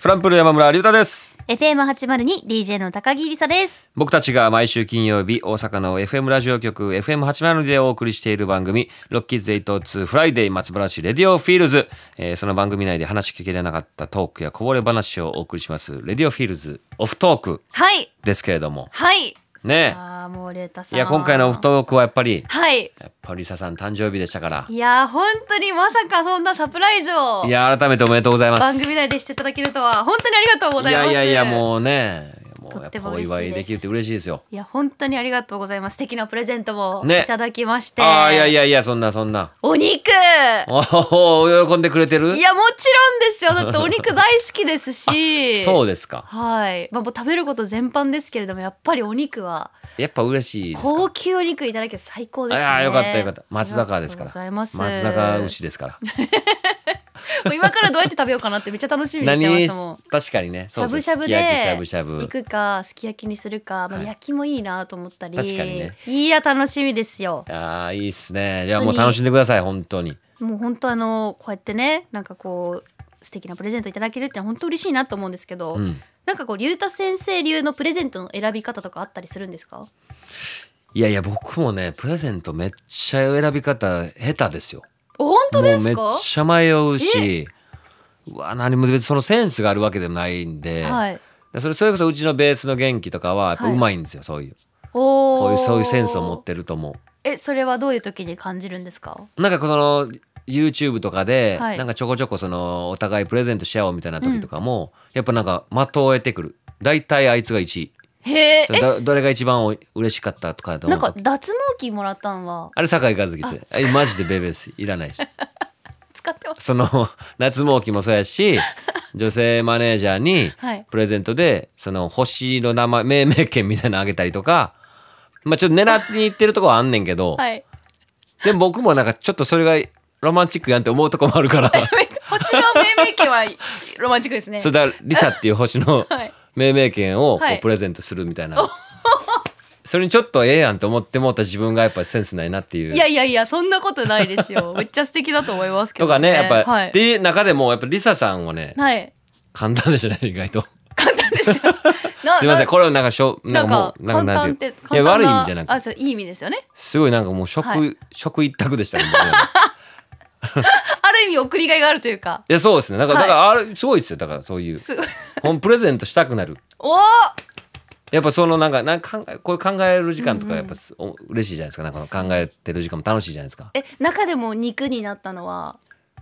フランプル山村隆太です。 FM802 DJ の高木りさです。 僕たちが毎週金曜日大阪の FM ラジオ局 FM802 でお送りしている番組ロッキーズ802フライデー松原市レディオフィールズ、その番組内で話しきれなかったトークやこぼれ話をお送りしますレディオフィールズオフトークですけれども、 はいねあもうレタさん、 いや今回のオフトークはやっぱりリサさん誕生日でしたから、 いや本当にまさかそんなサプライズをいや改めておめでとうございます。 番組内でしていただけるとは本当にありがとうございます。 いやもうねとってもお祝いできるって嬉しいですよ。 いや本当にありがとうございます。素敵なプレゼントもいただきまして、 いやそんなお肉喜んでくれてる。 いやもちろんですよ。だってお肉大好きですしそうですか。 はい、もう食べること全般ですけれどもやっぱりお肉はやっぱ嬉しいですか。 高級お肉いただける最高ですね。 よかった松坂ですから。松坂牛ですからもう今からどうやって食べようかなってめっちゃ楽しみにしてましたもん。 確かにね。 しゃぶしゃぶで行くかすき焼きにするか、焼きもいいなと思ったり。 確かにね。 いや楽しみですよ。 いいっすね。じゃあもう楽しんでください本当に。 もう本当こうやってねなんかこう素敵なプレゼントいただけるって本当嬉しいなと思うんですけど、なんかこう龍太先生流のプレゼントの選び方とかあったりするんですか？ いや僕もねプレゼントめっちゃ選び方下手ですよ。 本当ですか？ もうめっちゃ迷うし、何も別にそのセンスがあるわけでもないんで、それこそうちのベースの元気とかはやっぱうまいんですよ、そういうそういうセンスを持ってると思う。 それはどういう時に感じるんですか？ なんかその YouTube とかで、なんかちょこちょこそのお互いプレゼントし合おうみたいな時とかも、やっぱなんか的を得てくる。だいたいあいつが1位。どれが一番嬉しかったとかと思うと。 なんか脱毛器もらったんはあれ酒井和樹です。マジでベベです。いらないです。 使ってます。 その脱毛器もそうやし女性マネージャーにプレゼントでその星の名前命名権みたいなのあげたりとか、ちょっと狙いに行ってるとこはあんねんけど、でも僕もなんかちょっとそれがロマンチックやんって思うとこもあるから星の命名権はロマンチックですね。 それだからリサっていう星の命名権をこうプレゼントするみたいな、それにちょっとええやんと思ってもった自分がやっぱりセンスないなっていう。 いやそんなことないですよ。めっちゃ素敵だと思いますけどね。 とかねやっぱり、で中でもやっぱりリサさんはね、簡単でしたね意外と。 簡単でしたすいませんこれをなんかもう簡単っていや悪い意味じゃなくて、 そういい意味ですよね。 すごいなんかもう食一択でしたねある意味送りがいがあるというか。 いやそうですね。だからあれすごいですよ。だからそういうプレゼントしたくなる。やっぱそのなんかこう考える時間とかやっぱ嬉しいじゃないですか。なんか考えてる時間も楽しいじゃないですか。 中でも肉になったのは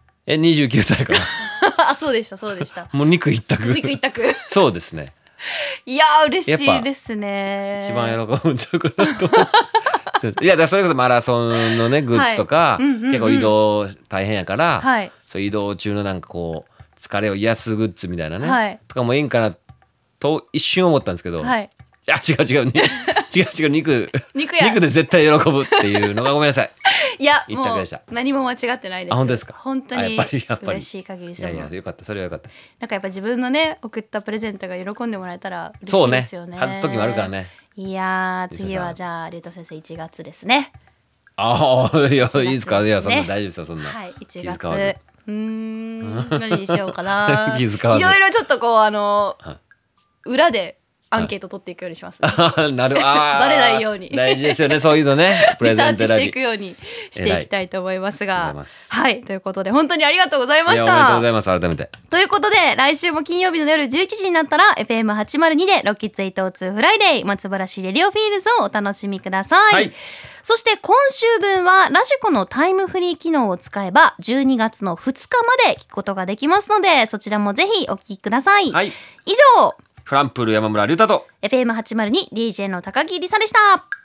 29歳からそうでしたもう肉一択そうですね。 いや嬉しいですね。 一番喜ぶんちゃうかなと思ういやだからそれこそマラソンのねグッズとか、結構移動大変やから、そう移動中のなんかこう疲れを癒すグッズみたいなね、とかもいいんかなと一瞬思ったんですけど、違う肉で絶対喜ぶっていうのがごめんなさい。 いやもう何も間違ってないです。 本当ですか？ 本当に嬉しい限りです。 いやよかった。それはよかったです。 なんかやっぱ自分のね送ったプレゼントが喜んでもらえたら嬉しいですよね。 外す時もあるからね。 いや次はじゃあ龍太先生1月ですね。 いやいいですか？いやそんな大丈夫ですよそんな。 1月何にしようかな。 気遣わず。 いろいろちょっとこう裏でアンケート取っていくようにします、ね。 バレないように大事ですよねそういうのね。 プレゼントリサーチしていくようにしていきたいと思いますが、ということで本当にありがとうございました。 おめでとうございます改めて。 ということで来週も金曜日の夜11時になったら FM802 でロッキッツ802フライデー松原市レディオフィールズをお楽しみください。そして今週分はラジコのタイムフリー機能を使えば12月の2日まで聞くことができますのでそちらもぜひお聞きください。以上フランプル山村隆太と FM802 DJ の高木りさでした。